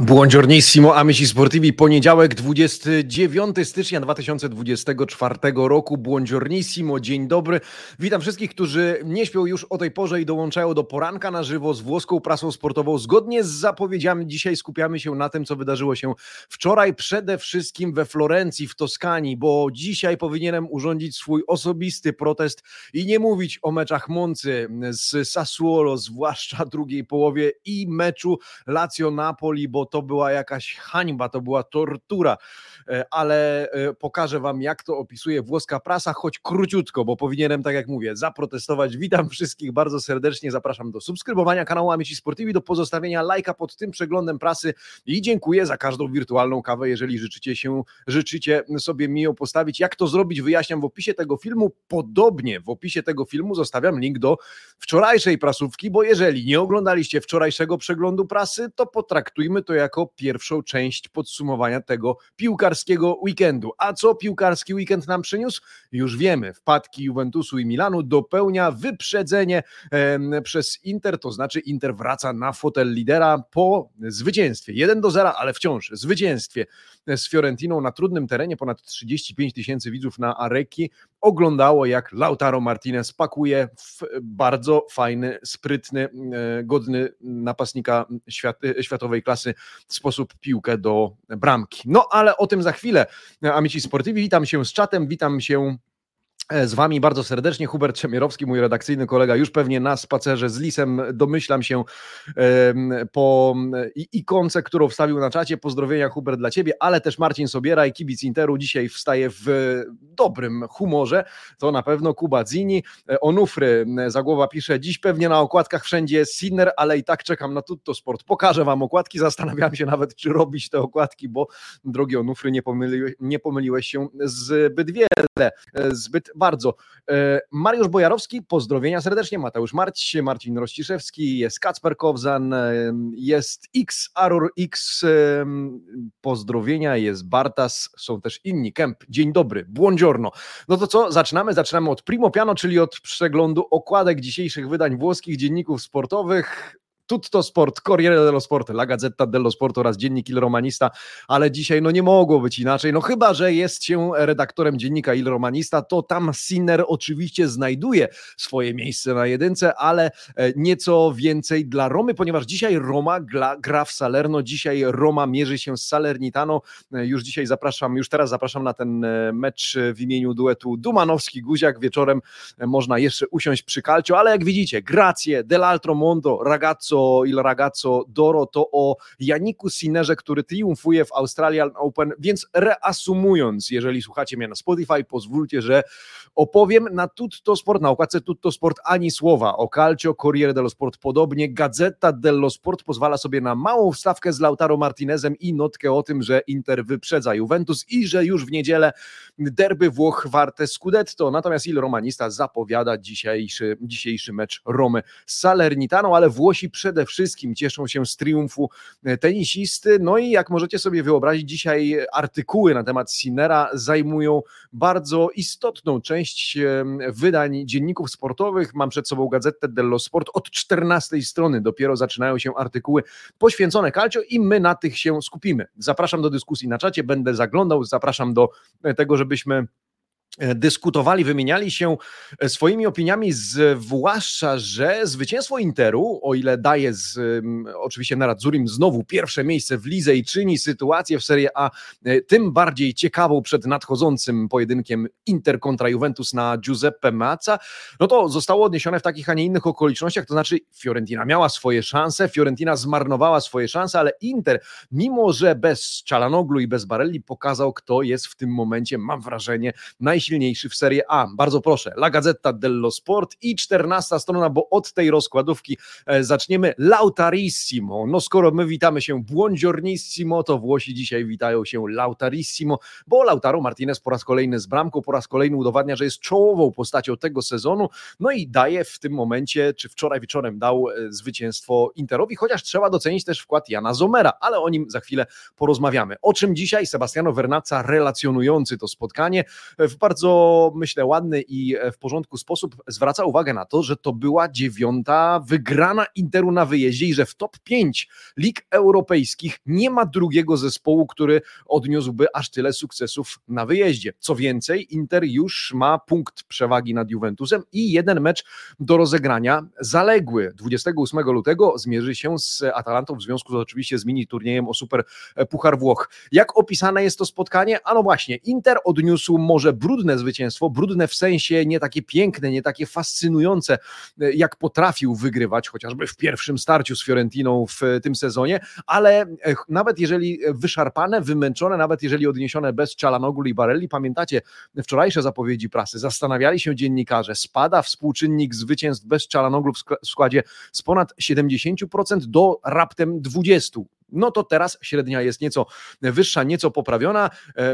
Buongiornissimo, amici sportivi, poniedziałek 29 stycznia 2024 roku, buongiornissimo, dzień dobry. Witam wszystkich, którzy nie śpią już o tej porze i dołączają do poranka na żywo z włoską prasą sportową. Zgodnie z zapowiedziami dzisiaj skupiamy się na tym, co wydarzyło się wczoraj, przede wszystkim we Florencji w Toskanii, bo dzisiaj powinienem urządzić swój osobisty protest i nie mówić o meczach Moncy z Sassuolo, zwłaszcza drugiej połowie i meczu Lazio-Napoli, bo to była jakaś hańba, to była tortura, ale pokażę wam, jak to opisuje włoska prasa, choć króciutko, bo powinienem, tak jak mówię, zaprotestować. Witam wszystkich bardzo serdecznie, zapraszam do subskrybowania kanału Amici Sportivi, do pozostawienia lajka pod tym przeglądem prasy i dziękuję za każdą wirtualną kawę, jeżeli życzycie sobie mi ją postawić. Jak to zrobić, wyjaśniam w opisie tego filmu. Podobnie w opisie tego filmu zostawiam link do wczorajszej prasówki, bo jeżeli nie oglądaliście wczorajszego przeglądu prasy, to potraktujmy to jako pierwszą część podsumowania tego piłkarskiego weekendu. A co piłkarski weekend nam przyniósł? Już wiemy, wpadki Juventusu i Milanu dopełnia wyprzedzenie przez Inter, to znaczy Inter wraca na fotel lidera po zwycięstwie 1-0, ale wciąż zwycięstwie z Fiorentiną na trudnym terenie. Ponad 35 000 widzów na Arecchi oglądało, jak Lautaro Martinez pakuje w bardzo fajny, sprytny, godny napastnika światowej klasy sposób piłkę do bramki. No ale o tym za chwilę. Amici Sportivi, witam się z czatem, witam się z wami bardzo serdecznie. Hubert Szemierowski, mój redakcyjny kolega, już pewnie na spacerze z lisem, domyślam się po ikonce, którą wstawił na czacie. Pozdrowienia, Hubert, dla ciebie, ale też Marcin Sobieraj, kibic Interu, dzisiaj wstaje w dobrym humorze, to na pewno. Kuba Zini, Onufry Zagłowa pisze: dziś pewnie na okładkach wszędzie jest Sinner, ale i tak czekam na Tutto Sport. Pokażę wam okładki, zastanawiam się nawet, czy robić te okładki, bo drogi Onufry, nie pomyliłeś się zbyt wiele, zbyt bardzo. Mariusz Bojarowski, pozdrowienia serdecznie. Mateusz Marć, Marcin Rościszewski, jest Kacper Kowzan, jest Arur X, pozdrowienia, jest Bartas, są też inni. Kemp, dzień dobry, buongiorno. No to co, zaczynamy od primo piano, czyli od przeglądu okładek dzisiejszych wydań włoskich dzienników sportowych. Tutto Sport, Corriere dello Sport, La Gazzetta dello Sport oraz dziennik Il Romanista, ale dzisiaj nie mogło być inaczej, chyba że jest się redaktorem dziennika Il Romanista, to tam Sinner oczywiście znajduje swoje miejsce na jedynce, ale nieco więcej dla Romy, ponieważ dzisiaj Roma gra w Salerno, dzisiaj Roma mierzy się z Salernitano, już teraz zapraszam na ten mecz w imieniu duetu Dumanowski-Guziak, wieczorem można jeszcze usiąść przy calcio, ale jak widzicie, grazie dell'altro mondo, Il Ragazzo d'Oro, to o Yannicku Sinnerze, który triumfuje w Australian Open, więc reasumując, jeżeli słuchacie mnie na Spotify, pozwólcie, że opowiem na Tutto Sport, na okładce Tutto Sport ani słowa o calcio, Corriere dello Sport podobnie, Gazzetta dello Sport pozwala sobie na małą wstawkę z Lautaro Martinezem i notkę o tym, że Inter wyprzedza Juventus i że już w niedzielę derby Włoch warte Scudetto, natomiast Il Romanista zapowiada dzisiejszy mecz Romy z Salernitano, ale Włosi przede wszystkim cieszą się z triumfu tenisisty, no i jak możecie sobie wyobrazić, dzisiaj artykuły na temat Sinnera zajmują bardzo istotną część wydań dzienników sportowych. Mam przed sobą Gazetę dello Sport, od 14 strony dopiero zaczynają się artykuły poświęcone calcio i my na tych się skupimy. Zapraszam do dyskusji na czacie, będę zaglądał, zapraszam do tego, żebyśmy dyskutowali, wymieniali się swoimi opiniami, zwłaszcza, że zwycięstwo Interu, o ile daje oczywiście Nerazzurim znowu pierwsze miejsce w lidze i czyni sytuację w Serie A tym bardziej ciekawą przed nadchodzącym pojedynkiem Inter kontra Juventus na Giuseppe Meazza, no to zostało odniesione w takich, a nie innych okolicznościach, to znaczy Fiorentina miała swoje szanse, Fiorentina zmarnowała swoje szanse, ale Inter, mimo że bez Çalhanoğlu i bez Barelli, pokazał, kto jest w tym momencie, mam wrażenie, najsilniejszy w Serie A. Bardzo proszę, La Gazzetta dello Sport i 14 strona, bo od tej rozkładówki zaczniemy. Lautarissimo. No skoro my witamy się buongiornissimo, to Włosi dzisiaj witają się Lautarissimo, bo Lautaro Martinez po raz kolejny z bramką, po raz kolejny udowadnia, że jest czołową postacią tego sezonu, no i daje w tym momencie, czy wczoraj wieczorem dał zwycięstwo Interowi, chociaż trzeba docenić też wkład Jana Zommera, ale o nim za chwilę porozmawiamy. O czym dzisiaj? Sebastiano Vernazza relacjonujący to spotkanie w bardzo, myślę, ładny i w porządku sposób zwraca uwagę na to, że to była 9. wygrana Interu na wyjeździe i że w top 5 lig europejskich nie ma drugiego zespołu, który odniósłby aż tyle sukcesów na wyjeździe. Co więcej, Inter już ma punkt przewagi nad Juventusem i jeden mecz do rozegrania zaległy. 28 lutego zmierzy się z Atalantą w związku oczywiście z mini turniejem o Super Puchar Włoch. Jak opisane jest to spotkanie? A no właśnie, Inter odniósł może brudne zwycięstwo, brudne w sensie nie takie piękne, nie takie fascynujące, jak potrafił wygrywać, chociażby w pierwszym starciu z Fiorentiną w tym sezonie, ale nawet jeżeli wyszarpane, wymęczone, nawet jeżeli odniesione bez Çalhanoğlu i Barelli, pamiętacie wczorajsze zapowiedzi prasy, zastanawiali się dziennikarze, spada współczynnik zwycięstw bez Çalhanoğlu w składzie z ponad 70% do raptem 20%. No to teraz średnia jest nieco wyższa, nieco poprawiona.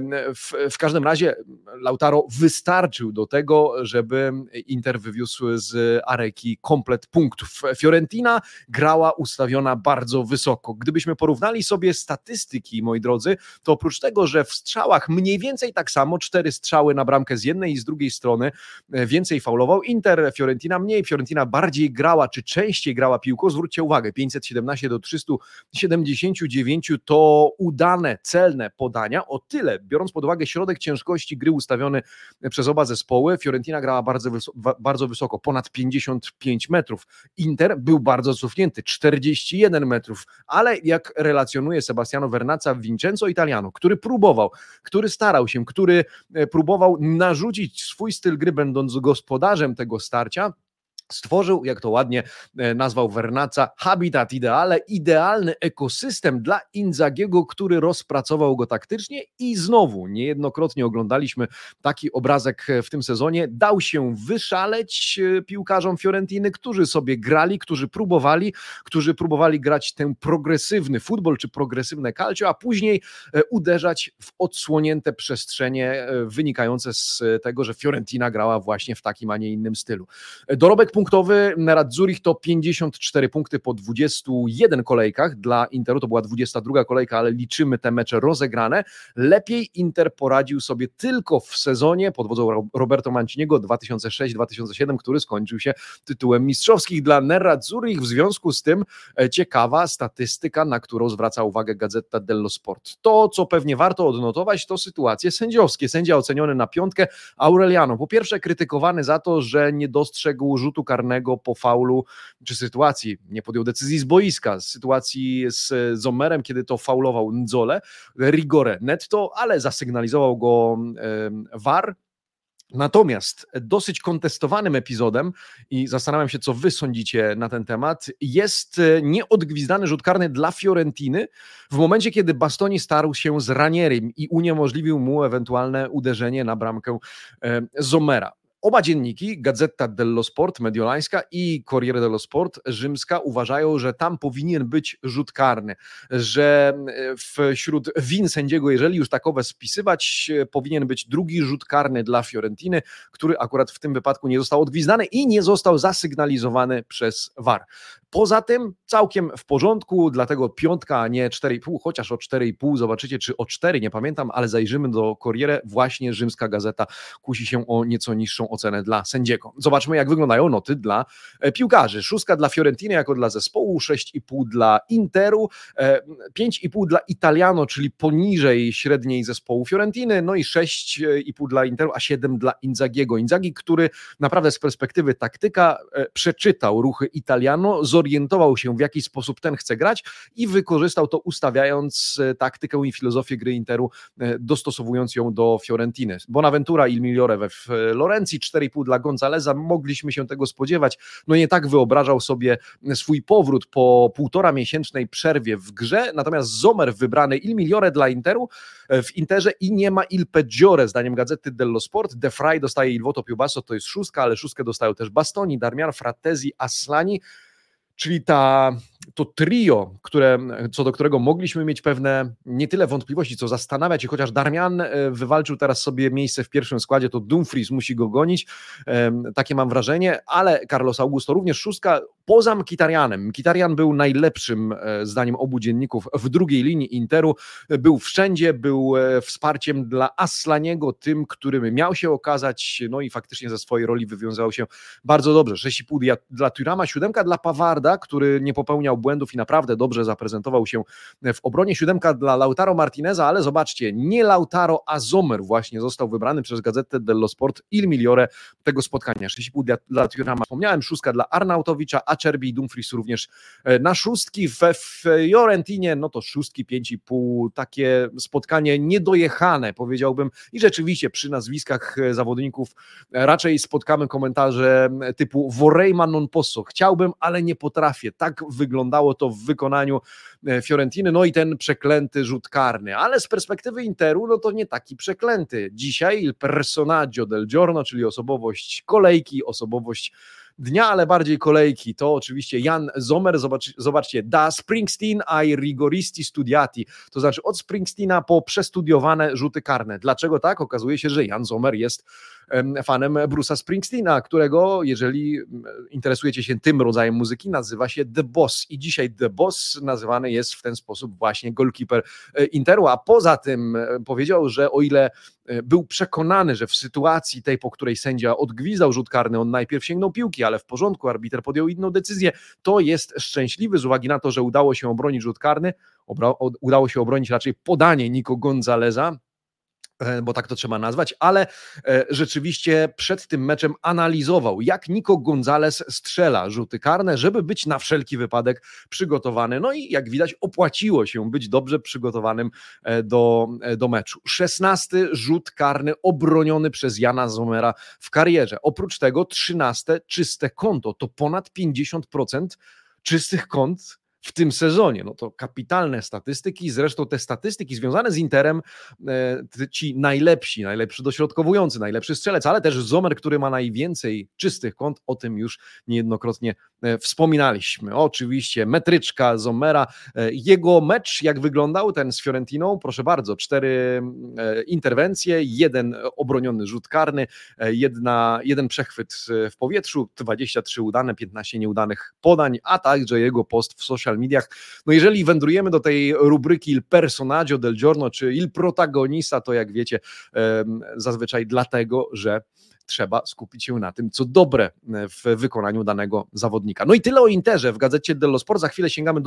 W każdym razie Lautaro wystarczył do tego, żeby Inter wywiózł z Areki komplet punktów. Fiorentina grała ustawiona bardzo wysoko. Gdybyśmy porównali sobie statystyki, moi drodzy, to oprócz tego, że w strzałach mniej więcej tak samo, 4 strzały na bramkę z jednej i z drugiej strony, więcej faulował Inter, Fiorentina mniej, Fiorentina bardziej grała, czy częściej grała piłką. Zwróćcie uwagę, 517 do 379 to udane, celne podania. O tyle, biorąc pod uwagę środek ciężkości gry ustawiony przez oba zespoły, Fiorentina grała bardzo wysoko, ponad 55 metrów. Inter był bardzo cofnięty, 41 metrów, ale jak relacjonuje Sebastiano Vernazza, Vincenzo Italiano, który próbował, który starał się, który próbował narzucić swój styl gry, będąc gospodarzem tego starcia, stworzył, jak to ładnie nazwał Vernazza, habitat ideale, idealny ekosystem dla Inzagiego, który rozpracował go taktycznie i znowu niejednokrotnie oglądaliśmy taki obrazek w tym sezonie. Dał się wyszaleć piłkarzom Fiorentiny, którzy sobie grali, którzy próbowali grać ten progresywny futbol czy progresywne calcio, a później uderzać w odsłonięte przestrzenie wynikające z tego, że Fiorentina grała właśnie w takim, a nie innym stylu. Dorobek punktowy Nerazzurich to 54 punkty po 21 kolejkach. Dla Interu to była 22 kolejka, ale liczymy te mecze rozegrane. Lepiej Inter poradził sobie tylko w sezonie pod wodzą Roberto Manciniego 2006-2007, który skończył się tytułem mistrzowskich dla Nerazzurich. W związku z tym ciekawa statystyka, na którą zwraca uwagę Gazzetta dello Sport. To, co pewnie warto odnotować, to sytuacje sędziowskie. Sędzia oceniony na 5, Aureliano. Po pierwsze krytykowany za to, że nie dostrzegł rzutu karnego po faulu, czy sytuacji, nie podjął decyzji z boiska, sytuacji z Sommerem, kiedy to faulował Nzole, rigore netto, ale zasygnalizował go VAR. Natomiast dosyć kontestowanym epizodem, i zastanawiam się, co wy sądzicie na ten temat, jest nieodgwizdany rzut karny dla Fiorentiny w momencie, kiedy Bastoni starł się z Ranierem i uniemożliwił mu ewentualne uderzenie na bramkę Sommera. Oba dzienniki, Gazzetta dello Sport mediolańska i Corriere dello Sport rzymska, uważają, że tam powinien być rzut karny, że wśród win sędziego, jeżeli już takowe spisywać, powinien być drugi rzut karny dla Fiorentiny, który akurat w tym wypadku nie został odgwizdany i nie został zasygnalizowany przez VAR. Poza tym całkiem w porządku, dlatego 5, a nie 4,5, chociaż o 4,5 zobaczycie, czy o 4, nie pamiętam, ale zajrzymy do Corriere, właśnie rzymska gazeta kusi się o nieco niższą ocenę dla sędziego. Zobaczmy, jak wyglądają noty dla piłkarzy. 6 dla Fiorentiny jako dla zespołu, 6,5 dla Interu, 5,5 dla Italiano, czyli poniżej średniej zespołu Fiorentiny, no i 6,5 dla Interu, a 7 dla Inzagiego. Inzagi, który naprawdę z perspektywy taktyka przeczytał ruchy Italiano, zorientował się, w jaki sposób ten chce grać i wykorzystał to, ustawiając taktykę i filozofię gry Interu, dostosowując ją do Fiorentiny. Bonaventura, Il Migliore we Florencji, 4,5 dla Gonzaleza, mogliśmy się tego spodziewać, no nie tak wyobrażał sobie swój powrót po 1,5-miesięcznej przerwie w grze, natomiast Sommer wybrany Il Migliore dla Interu w Interze i nie ma Il Peggiore, zdaniem Gazzety dello Sport. De Vrij dostaje Il Voto Più Basso, to jest 6, ale 6 dostają też Bastoni, Darmian, Frattesi, Aslani, czyli ta to trio, co do którego mogliśmy mieć pewne nie tyle wątpliwości, co zastanawiać się, chociaż Darmian wywalczył teraz sobie miejsce w pierwszym składzie, to Dumfries musi go gonić, takie mam wrażenie, ale Carlos Augusto również szóstka, poza Mkhitaryanem. Mkhitaryan był najlepszym, zdaniem obu dzienników, w drugiej linii Interu, był wszędzie, był wsparciem dla Aslaniego, tym, którym miał się okazać, no i faktycznie ze swojej roli wywiązał się bardzo dobrze. 6,5 dla Thurama, 7 dla Pavarda, który nie popełniał błędów i naprawdę dobrze zaprezentował się w obronie, 7 dla Lautaro Martineza, ale zobaczcie, nie Lautaro, a Sommer właśnie został wybrany przez Gazetę dello Sport il migliore tego spotkania. 6,5 dla Thurama, wspomniałem, 6 dla Arnautowicza, Acerbi i Dumfries również na szóstki. W Fiorentinie, no to szóstki, 5,5, takie spotkanie niedojechane, powiedziałbym, i rzeczywiście przy nazwiskach zawodników raczej spotkamy komentarze typu vorrei ma non posso, chciałbym, ale nie potrafię. Tak wyglądało to w wykonaniu Fiorentiny, no i ten przeklęty rzut karny, ale z perspektywy Interu, no to nie taki przeklęty. Dzisiaj il personaggio del giorno, czyli osobowość kolejki, osobowość dnia, ale bardziej kolejki, to oczywiście Jan Sommer. Zobaczcie, da Springsteen ai rigoristi studiati, to znaczy od Springsteena po przestudiowane rzuty karne. Dlaczego tak? Okazuje się, że Jan Sommer jest fanem Bruce'a Springsteena, którego, jeżeli interesujecie się tym rodzajem muzyki, nazywa się The Boss i dzisiaj The Boss nazywany jest w ten sposób właśnie goalkeeper Interu, a poza tym powiedział, że o ile był przekonany, że w sytuacji tej, po której sędzia odgwizdał rzut karny, on najpierw sięgnął piłki, ale w porządku, arbiter podjął inną decyzję, to jest szczęśliwy z uwagi na to, że udało się obronić rzut karny, udało się obronić raczej podanie Nico Gonzaleza, bo tak to trzeba nazwać, ale rzeczywiście przed tym meczem analizował, jak Nico Gonzalez strzela rzuty karne, żeby być na wszelki wypadek przygotowany. No i jak widać, opłaciło się być dobrze przygotowanym do meczu. 16 rzut karny obroniony przez Jana Sommera w karierze. Oprócz tego 13 czyste konto. To ponad 50% czystych kont w tym sezonie. No to kapitalne statystyki, zresztą te statystyki związane z Interem, ci najlepszy dośrodkowujący, najlepszy strzelec, ale też Sommer, który ma najwięcej czystych kąt, o tym już niejednokrotnie wspominaliśmy. Oczywiście metryczka Sommera, jego mecz jak wyglądał, ten z Fiorentiną, proszę bardzo, 4 interwencje, 1 obroniony rzut karny, jeden przechwyt w powietrzu, 23 udane, 15 nieudanych podań, a także jego post w social mediach. No jeżeli wędrujemy do tej rubryki il personaggio del giorno, czy il protagonista, to jak wiecie, zazwyczaj dlatego, że trzeba skupić się na tym, co dobre w wykonaniu danego zawodnika. No i tyle o Interze w Gazecie dello Sport. Za chwilę sięgamy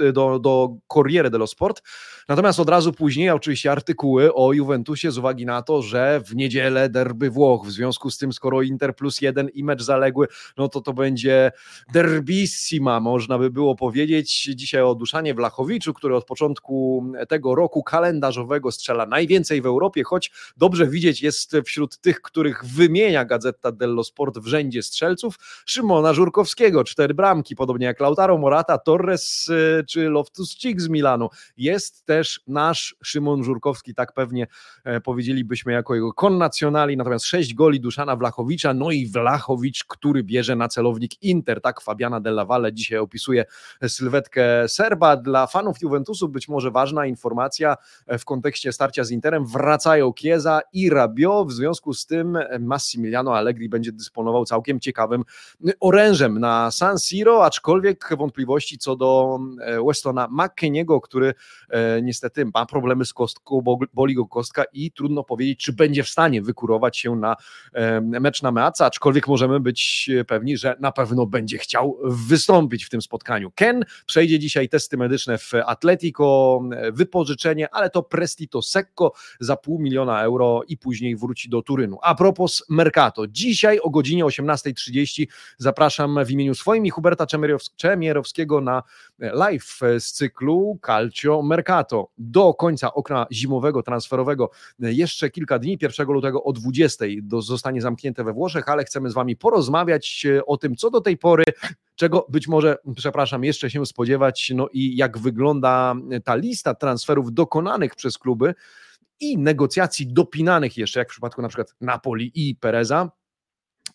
do Corriere dello Sport. Natomiast od razu później oczywiście artykuły o Juventusie z uwagi na to, że w niedzielę derby Włoch. W związku z tym, skoro Inter +1 i mecz zaległy, no to będzie derbissima, można by było powiedzieć. Dzisiaj o Duszanie Vlachowiczu, który od początku tego roku kalendarzowego strzela najwięcej w Europie, choć dobrze widzieć jest wśród tych, których wymienia Gazeta dello Sport w rzędzie strzelców, Szymona Żurkowskiego, 4 bramki, podobnie jak Lautaro, Morata, Torres czy Loftus-Cheek z Milanu. Jest też nasz Szymon Żurkowski, tak pewnie powiedzielibyśmy jako jego connazionali, natomiast 6 goli Duszana Vlachowicza, no i Vlachowicz, który bierze na celownik Inter, tak Fabiana Della Valle dzisiaj opisuje sylwetkę Serba. Dla fanów Juventusu być może ważna informacja w kontekście starcia z Interem, wracają Chiesa i Rabiot, w związku z tym Massimiliano Allegri będzie dysponował całkiem ciekawym orężem na San Siro, aczkolwiek wątpliwości co do Westona McKenniego, który niestety ma problemy z kostką, boli go kostka i trudno powiedzieć, czy będzie w stanie wykurować się na mecz na Meazza, aczkolwiek możemy być pewni, że na pewno będzie chciał wystąpić w tym spotkaniu. Ken przejdzie dzisiaj testy medyczne w Atletico, wypożyczenie, ale to prestito secco za €500,000 i później wróci do Turynu. A propos Mercato, dzisiaj o godzinie 18:30 zapraszam w imieniu swoim i Huberta Czemierowskiego na live z cyklu Calcio Mercato. Do końca okna zimowego, transferowego jeszcze kilka dni, 1 lutego o 20:00 zostanie zamknięte we Włoszech, ale chcemy z wami porozmawiać o tym, co do tej pory, czego być może, jeszcze się spodziewać, no i jak wygląda ta lista transferów dokonanych przez kluby i negocjacji dopinanych jeszcze, jak w przypadku na przykład Napoli i Pereza.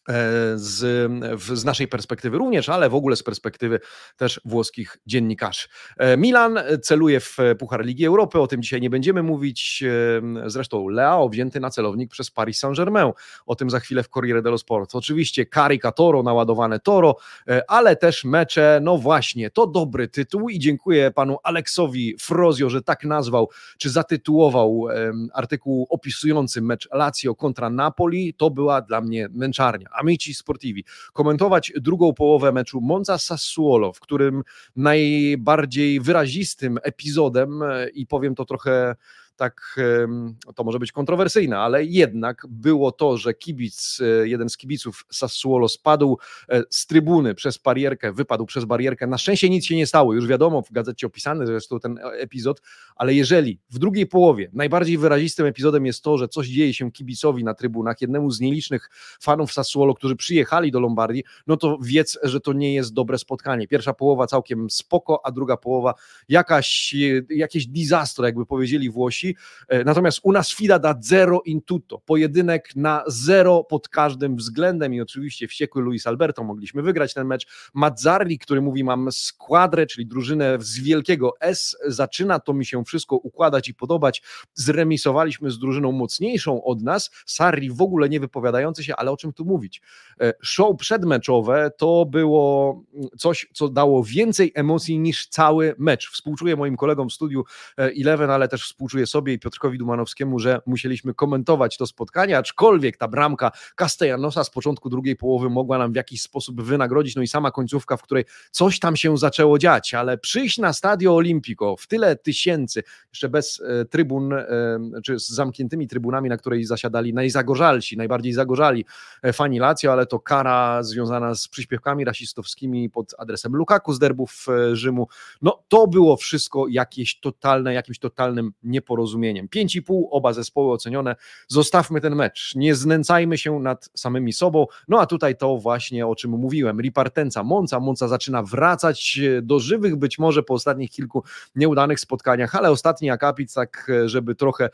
z naszej perspektywy również, ale w ogóle z perspektywy też włoskich dziennikarzy. Milan celuje w Puchar Ligi Europy, o tym dzisiaj nie będziemy mówić. Zresztą Leao wzięty na celownik przez Paris Saint-Germain, o tym za chwilę w Corriere dello Sport. Oczywiście Carica Toro, naładowane Toro, ale też mecze, no właśnie, to dobry tytuł i dziękuję panu Aleksowi Frozio, że tak nazwał, czy zatytułował artykuł opisujący mecz Lazio kontra Napoli. To była dla mnie męczarnia. Amici Sportivi. Komentować drugą połowę meczu Monza-Sassuolo, w którym najbardziej wyrazistym epizodem, i powiem to trochę tak, to może być kontrowersyjne, ale jednak było to, że jeden z kibiców Sassuolo spadł z trybuny przez barierkę, wypadł przez barierkę. Na szczęście nic się nie stało, już wiadomo, w gazecie opisany zresztą ten epizod, ale jeżeli w drugiej połowie najbardziej wyrazistym epizodem jest to, że coś dzieje się kibicowi na trybunach, jednemu z nielicznych fanów Sassuolo, którzy przyjechali do Lombardii, no to wiedz, że to nie jest dobre spotkanie. Pierwsza połowa całkiem spoko, a druga połowa jakieś disastro, jakby powiedzieli Włosi. Natomiast u nas sfida da zero in tutto, pojedynek na zero pod każdym względem i oczywiście wściekły Luis Alberto, mogliśmy wygrać ten mecz. Mazzarri, który mówi, mam składrę, czyli drużynę z wielkiego S, zaczyna to mi się wszystko układać i podobać, zremisowaliśmy z drużyną mocniejszą od nas, Sarri w ogóle nie wypowiadający się, ale o czym tu mówić? Show przedmeczowe to było coś, co dało więcej emocji niż cały mecz. Współczuję moim kolegom w studiu Eleven, ale też współczuję sobie i Piotrkowi Dumanowskiemu, że musieliśmy komentować to spotkanie, aczkolwiek ta bramka Castellanosa z początku drugiej połowy mogła nam w jakiś sposób wynagrodzić, no i sama końcówka, w której coś tam się zaczęło dziać, ale przyjść na Stadio Olimpico w tyle tysięcy, jeszcze bez trybun, czy z zamkniętymi trybunami, na której zasiadali najbardziej zagorzali fani Lazio, ale to kara związana z przyśpiewkami rasistowskimi pod adresem Lukaku z derbów Rzymu, no to było wszystko jakimś totalnym nieporozumieniem. 5,5, oba zespoły ocenione. Zostawmy ten mecz, nie znęcajmy się nad samymi sobą. No a tutaj to właśnie, o czym mówiłem, ripartenza Monza zaczyna wracać do żywych, być może po ostatnich kilku nieudanych spotkaniach, ale ostatni akapit, tak żeby trochę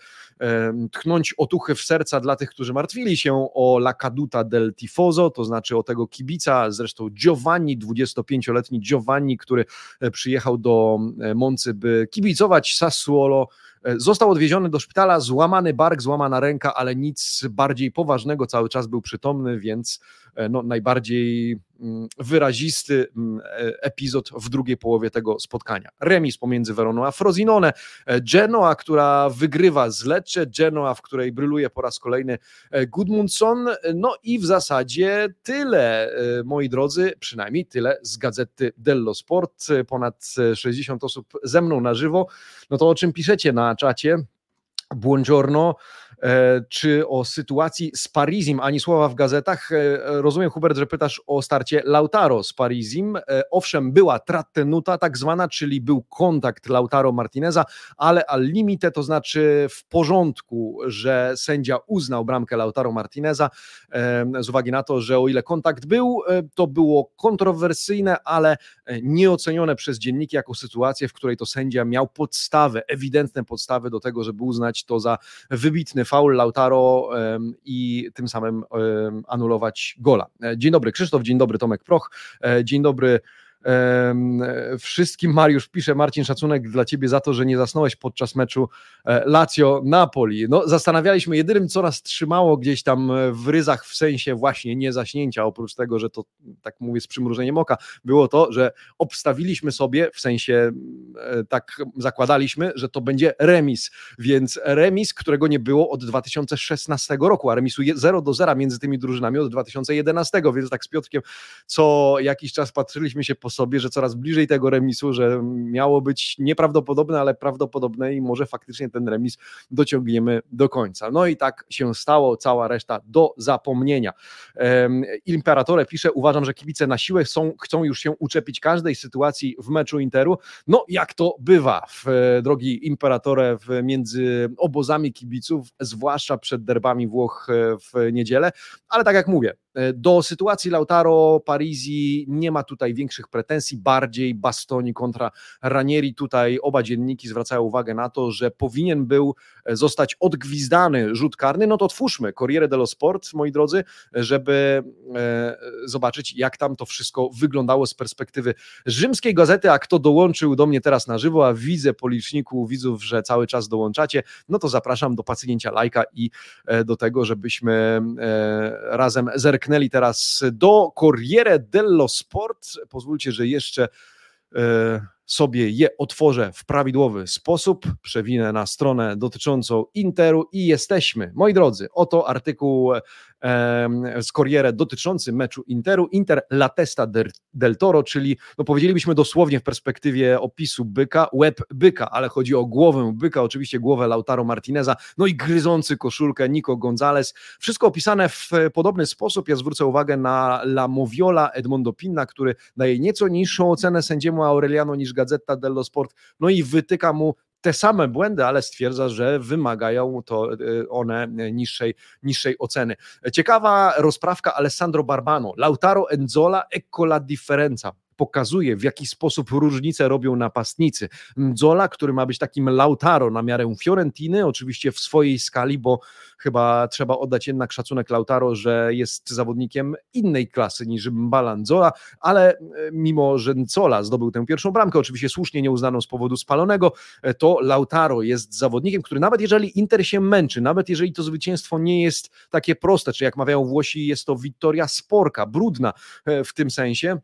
tchnąć otuchy w serca dla tych, którzy martwili się o la caduta del tifoso, to znaczy o tego kibica, zresztą Giovanni, 25-letni Giovanni, który przyjechał do Moncy, by kibicować Sassuolo. Został odwieziony do szpitala, złamany bark, złamana ręka, ale nic bardziej poważnego, cały czas był przytomny, więc no, najbardziej wyrazisty epizod w drugiej połowie tego spotkania. Remis pomiędzy Veroną a Frosinone, Genoa, która wygrywa z Lecce, Genoa, w której bryluje po raz kolejny Gudmundsson, no i w zasadzie tyle, moi drodzy, przynajmniej tyle z Gazety dello Sport, ponad 60 osób ze mną na żywo, no to o czym piszecie na czacie? Buongiorno. Czy o sytuacji z Parisim, ani słowa w gazetach. Rozumiem, Hubert, że pytasz o starcie Lautaro z Parisim. Owszem, była trattenuta tak zwana, czyli był kontakt Lautaro Martineza, ale al limite, to znaczy w porządku, że sędzia uznał bramkę Lautaro Martineza z uwagi na to, że o ile kontakt był, to było kontrowersyjne, ale nieocenione przez dzienniki jako sytuację, w której to sędzia miał ewidentne podstawy do tego, żeby uznać to za wybitny faul Lautaro i tym samym anulować gola. Dzień dobry Krzysztof, dzień dobry Tomek Proch, dzień dobry wszystkim. Mariusz pisze, Marcin, szacunek dla ciebie za to, że nie zasnąłeś podczas meczu Lazio-Napoli. No, zastanawialiśmy, jedynym co nas trzymało gdzieś tam w ryzach, w sensie właśnie nie zaśnięcia, oprócz tego, że to, tak mówię z przymrużeniem oka, było to, że obstawiliśmy sobie, w sensie tak zakładaliśmy, że to będzie remis, więc remis, którego nie było od 2016 roku, a remisu 0-0 między tymi drużynami od 2011, więc tak z Piotrkiem co jakiś czas patrzyliśmy się po sobie, że coraz bliżej tego remisu, że miało być nieprawdopodobne, ale prawdopodobne i może faktycznie ten remis dociągniemy do końca. No i tak się stało, cała reszta do zapomnienia. Imperatore pisze, uważam, że kibice na siłę chcą już się uczepić każdej sytuacji w meczu Interu. No jak to bywa, drogi Imperatore, między obozami kibiców, zwłaszcza przed derbami Włoch w niedzielę, ale tak jak mówię, do sytuacji Lautaro, Parisi nie ma tutaj większych pretensji, pretensji, bardziej Bastoni kontra Ranieri. Tutaj oba dzienniki zwracają uwagę na to, że powinien był zostać odgwizdany rzut karny. No to otwórzmy Corriere dello Sport, moi drodzy, żeby zobaczyć, jak tam to wszystko wyglądało z perspektywy rzymskiej gazety. A kto dołączył do mnie teraz na żywo, a widzę po liczniku widzów, że cały czas dołączacie, no to zapraszam do pacnięcia lajka i do tego, żebyśmy razem zerknęli teraz do Corriere dello Sport. Pozwólcie, że jeszcze sobie je otworzę w prawidłowy sposób, przewinę na stronę dotyczącą Interu i jesteśmy. Moi drodzy, oto artykuł z Corriere dotyczący meczu Interu. Inter la testa del toro, czyli no powiedzielibyśmy dosłownie w perspektywie opisu byka, łeb byka, ale chodzi o głowę byka, oczywiście głowę Lautaro Martineza, no i gryzący koszulkę Nico Gonzalez. Wszystko opisane w podobny sposób. Ja zwrócę uwagę na La Moviola Edmondo Pinna, który daje nieco niższą ocenę sędziemu Aureliano niż Gazzetta dello Sport, no i wytyka mu te same błędy, ale stwierdza, że wymagają to one niższej oceny. Ciekawa rozprawka Alessandro Barbano. Lautaro e Nzola, ecco la differenza. Pokazuje, w jaki sposób różnicę robią napastnicy. Nzola, który ma być takim Lautaro na miarę Fiorentiny, oczywiście w swojej skali, bo chyba trzeba oddać jednak szacunek Lautaro, że jest zawodnikiem innej klasy niż Mbala Nzola, ale mimo, że Nzola zdobył tę pierwszą bramkę, oczywiście słusznie nieuznaną z powodu spalonego, to Lautaro jest zawodnikiem, który nawet jeżeli Inter się męczy, nawet jeżeli to zwycięstwo nie jest takie proste, czy jak mawiają Włosi, jest to vittoria sporca, brudna w tym sensie,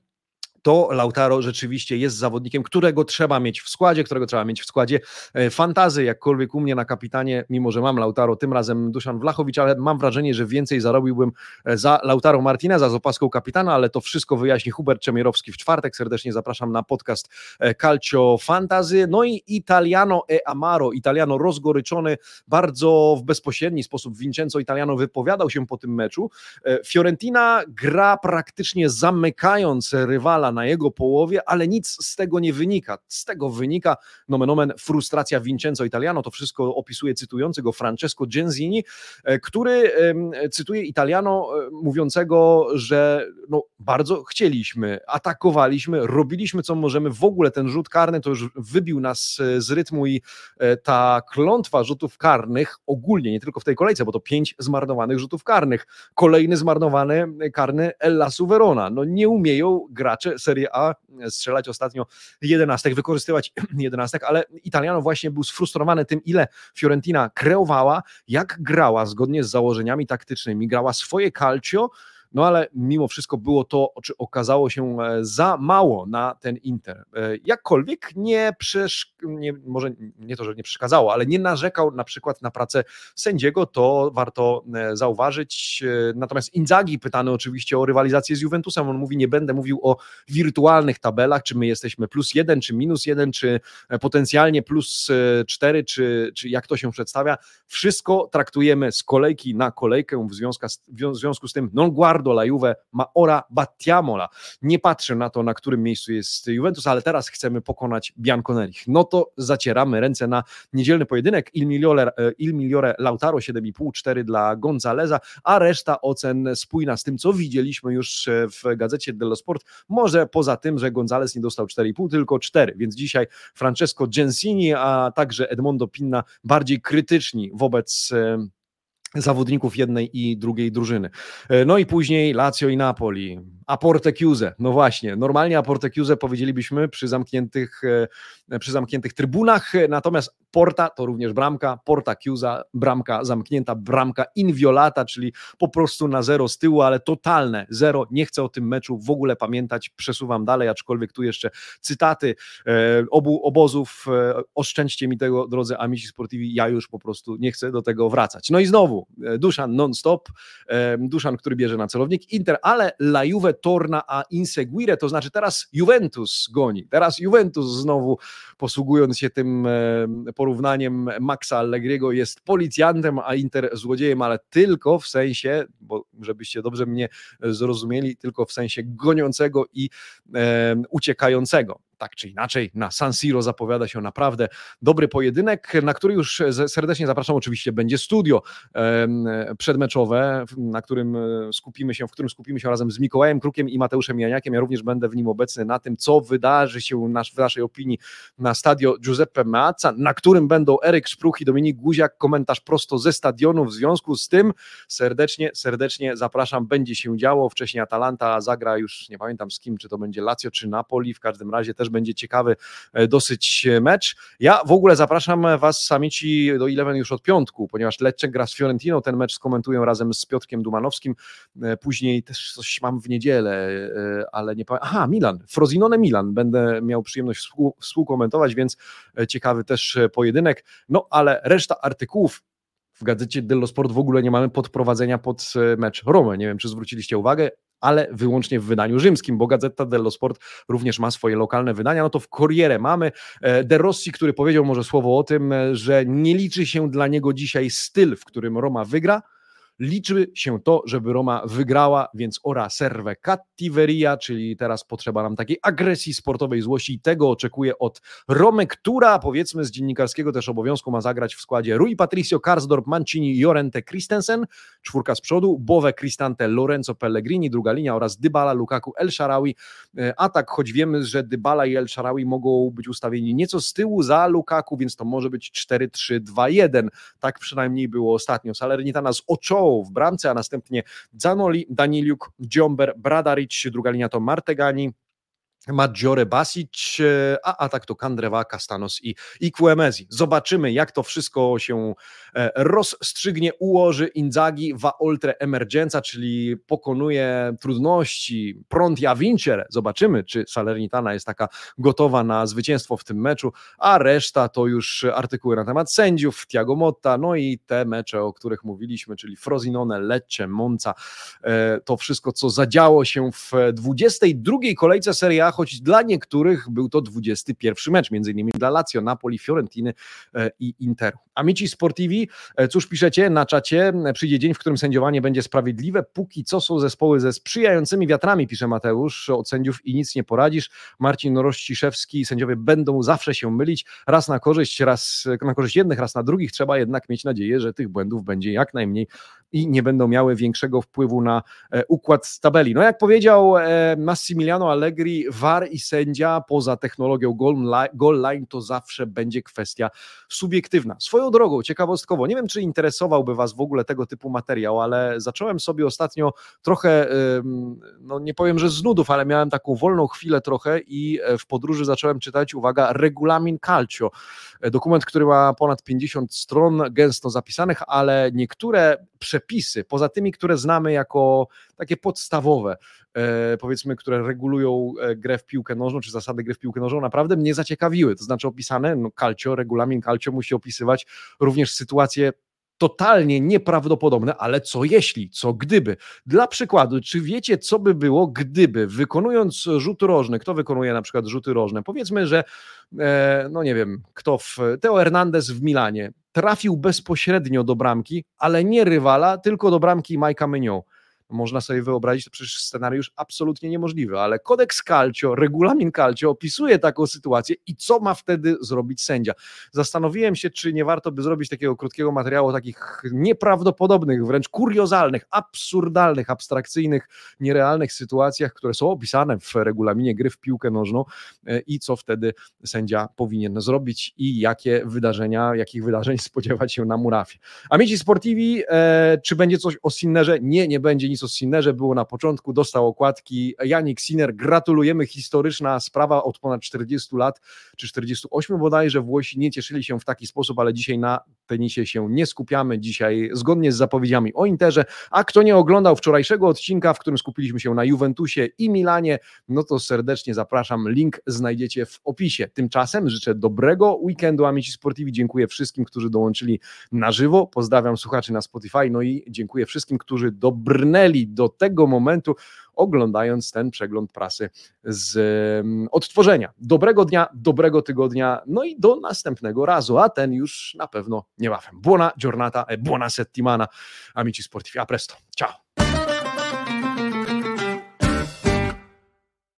to Lautaro rzeczywiście jest zawodnikiem, którego trzeba mieć w składzie fantazy, jakkolwiek u mnie na kapitanie, mimo że mam Lautaro, tym razem Duszan Vlahovic, ale mam wrażenie, że więcej zarobiłbym za Lautaro Martineza z opaską kapitana, ale to wszystko wyjaśni Hubert Czemierowski w czwartek. Serdecznie zapraszam na podcast Calcio Fantasy. No i Italiano e Amaro, Italiano rozgoryczony, bardzo w bezpośredni sposób Vincenzo Italiano wypowiadał się po tym meczu. Fiorentina gra praktycznie zamykając rywala na jego połowie, ale nic z tego nie wynika. Z tego wynika nomen omen frustracja Vincenzo Italiano. To wszystko opisuje cytujący go Francesco Genzini, który cytuje Italiano mówiącego, że no, bardzo chcieliśmy, atakowaliśmy, robiliśmy co możemy. W ogóle ten rzut karny to już wybił nas z rytmu i ta klątwa rzutów karnych ogólnie, nie tylko w tej kolejce, bo to 5 zmarnowanych rzutów karnych. Kolejny zmarnowany karny Ellasu Verona. No nie umieją gracze Serie A strzelać ostatnio 11, wykorzystywać 11, ale Italiano właśnie był sfrustrowany tym, ile Fiorentina kreowała, jak grała zgodnie z założeniami taktycznymi, grała swoje calcio, no ale mimo wszystko było to, czy okazało się za mało na ten Inter. Jakkolwiek może nie to, że nie przeszkadzało, ale nie narzekał na przykład na pracę sędziego, to warto zauważyć. Natomiast Inzaghi, pytany oczywiście o rywalizację z Juventusem, on mówi, nie będę mówił o wirtualnych tabelach, czy my jesteśmy +1, czy -1, czy potencjalnie +4, czy jak to się przedstawia. Wszystko traktujemy z kolejki na kolejkę, w związku z tym non guardo la Juve, ma ora battiamola. Nie patrzę na to, na którym miejscu jest Juventus, ale teraz chcemy pokonać Bianconerich. No to zacieramy ręce na niedzielny pojedynek. Il Migliore Lautaro 7,5, 4 dla Gonzaleza, a reszta ocen spójna z tym, co widzieliśmy już w Gazecie dello Sport. Może poza tym, że Gonzalez nie dostał 4,5, tylko 4, więc dzisiaj Francesco Gensini, a także Edmondo Pinna bardziej krytyczni wobec zawodników jednej i drugiej drużyny. No i później Lazio i Napoli. A Porte Chiuse, no właśnie, normalnie a Porte Chiuse powiedzielibyśmy przy zamkniętych trybunach, natomiast Porta to również bramka, Porta Chiusa, bramka zamknięta, bramka inviolata, czyli po prostu na 0 z tyłu, ale totalne 0, nie chcę o tym meczu w ogóle pamiętać, przesuwam dalej, aczkolwiek tu jeszcze cytaty obu obozów, oszczędźcie mi tego, drodzy amici sportivi, ja już po prostu nie chcę do tego wracać. No i znowu, Duszan non-stop, Duszan, który bierze na celownik Inter, ale la Juve torna a inseguire, to znaczy teraz Juventus goni, teraz Juventus znowu, posługując się tym porównaniem Maxa Allegriego, jest policjantem, a Inter złodziejem, ale tylko w sensie, bo żebyście dobrze mnie zrozumieli, tylko w sensie goniącego i uciekającego. tak czy inaczej na San Siro zapowiada się naprawdę dobry pojedynek, na który już serdecznie zapraszam. Oczywiście będzie studio przedmeczowe, w którym skupimy się razem z Mikołajem Krukiem i Mateuszem Janiakiem. Ja również będę w nim obecny na tym, co wydarzy się w naszej opinii na stadio Giuseppe Meazza, na którym będą Eryk Szpruch i Dominik Guziak, komentarz prosto ze stadionu. W związku z tym serdecznie zapraszam, będzie się działo. Wcześniej Atalanta zagra, już nie pamiętam z kim, czy to będzie Lazio, czy Napoli, w każdym razie też będzie ciekawy dosyć mecz. Ja w ogóle zapraszam Was, amici, do Eleven już od piątku, ponieważ Lecce gra z Fiorentiną, ten mecz skomentuję razem z Piotrkiem Dumanowskim, później też coś mam w niedzielę, ale nie pamiętam. Aha, Milan, Frosinone Milan, będę miał przyjemność współkomentować, więc ciekawy też pojedynek, no ale reszta artykułów w gazecie dello Sport w ogóle nie mamy podprowadzenia pod mecz Romy. Nie wiem, czy zwróciliście uwagę, ale wyłącznie w wydaniu rzymskim, bo Gazeta dello Sport również ma swoje lokalne wydania. No to w Corriere mamy De Rossi, który powiedział może słowo o tym, że nie liczy się dla niego dzisiaj styl, w którym Roma wygra, liczy się to, żeby Roma wygrała, więc ora serve cattiveria, czyli teraz potrzeba nam takiej agresji sportowej, złości i tego oczekuję od Romy, która powiedzmy z dziennikarskiego też obowiązku ma zagrać w składzie Rui Patricio, Karsdorp, Mancini, Llorente, Christensen, czwórka z przodu, Bove, Cristante, Lorenzo Pellegrini, druga linia oraz Dybala, Lukaku, El Shaarawy. Atak, choć wiemy, że Dybala i El Shaarawy mogą być ustawieni nieco z tyłu za Lukaku, więc to może być 4-3-2-1. Tak przynajmniej było ostatnio. Salernitana z Ochoa w bramce, a następnie Zanoli, Daniliuk, Dziomber, Bradaric, druga linia to Martegani, Maggiore, Basic, a atak to Kandreva, Castanos i Quemezi. Zobaczymy, jak to wszystko się rozstrzygnie, ułoży. Inzaghi va oltre emergenza, czyli pokonuje trudności, pronti a vincere. Zobaczymy, czy Salernitana jest taka gotowa na zwycięstwo w tym meczu, a reszta to już artykuły na temat sędziów, Thiago Motta, no i te mecze, o których mówiliśmy, czyli Frosinone, Lecce, Monza. To wszystko, co zadziało się w 22. kolejce Serie A, choć dla niektórych był to 21. mecz, między innymi dla Lazio, Napoli, Fiorentiny i Interu. Amici Sportivi, cóż piszecie na czacie? Przyjdzie dzień, w którym sędziowanie będzie sprawiedliwe. Póki co są zespoły ze sprzyjającymi wiatrami, pisze Mateusz, od sędziów i nic nie poradzisz. Marcin Rościszewski, sędziowie będą zawsze się mylić, raz na korzyść jednych, raz na drugich. Trzeba jednak mieć nadzieję, że tych błędów będzie jak najmniej i nie będą miały większego wpływu na układ z tabeli. No jak powiedział Massimiliano Allegri, VAR i sędzia poza technologią goal line to zawsze będzie kwestia subiektywna. Swoją drogą, ciekawostkowo, nie wiem, czy interesowałby Was w ogóle tego typu materiał, ale zacząłem sobie ostatnio trochę, no nie powiem, że z nudów, ale miałem taką wolną chwilę trochę i w podróży zacząłem czytać, uwaga, Regulamin Calcio. Dokument, który ma ponad 50 stron, gęsto zapisanych, ale niektóre przepisy, poza tymi, które znamy jako takie podstawowe, powiedzmy, które regulują grę w piłkę nożną, czy zasady gry w piłkę nożną, naprawdę mnie zaciekawiły. To znaczy opisane, no Calcio, regulamin Calcio musi opisywać również sytuacje totalnie nieprawdopodobne, ale co jeśli, co gdyby. Dla przykładu, czy wiecie, co by było, gdyby wykonując rzut rożny, kto wykonuje na przykład rzuty rożne, powiedzmy, że no nie wiem, Teo Hernandez w Milanie trafił bezpośrednio do bramki, ale nie rywala, tylko do bramki Mike'a Mignon. Można sobie wyobrazić, to przecież scenariusz absolutnie niemożliwy, ale kodeks Calcio, regulamin Calcio opisuje taką sytuację i co ma wtedy zrobić sędzia. Zastanowiłem się, czy nie warto by zrobić takiego krótkiego materiału o takich nieprawdopodobnych, wręcz kuriozalnych, absurdalnych, abstrakcyjnych, nierealnych sytuacjach, które są opisane w regulaminie gry w piłkę nożną i co wtedy sędzia powinien zrobić i jakich wydarzeń spodziewać się na murawie. Amici Sportivi, czy będzie coś o Sinnerze? Nie będzie nic o Sinnerze, było na początku, dostał okładki Yannick Sinner, gratulujemy, historyczna sprawa od ponad 40 lat, czy 48 bodajże, Włosi nie cieszyli się w taki sposób, ale dzisiaj na tenisie się nie skupiamy, dzisiaj zgodnie z zapowiedziami o Interze, a kto nie oglądał wczorajszego odcinka, w którym skupiliśmy się na Juventusie i Milanie, no to serdecznie zapraszam, link znajdziecie w opisie. Tymczasem życzę dobrego weekendu, Amici Sportivi, dziękuję wszystkim, którzy dołączyli na żywo, pozdrawiam słuchaczy na Spotify, no i dziękuję wszystkim, którzy dobrnęli do tego momentu, oglądając ten przegląd prasy z odtworzenia. Dobrego dnia, dobrego tygodnia, no i do następnego razu, a ten już na pewno niebawem. Buona giornata e buona settimana, Amici Sportivi. A presto. Ciao.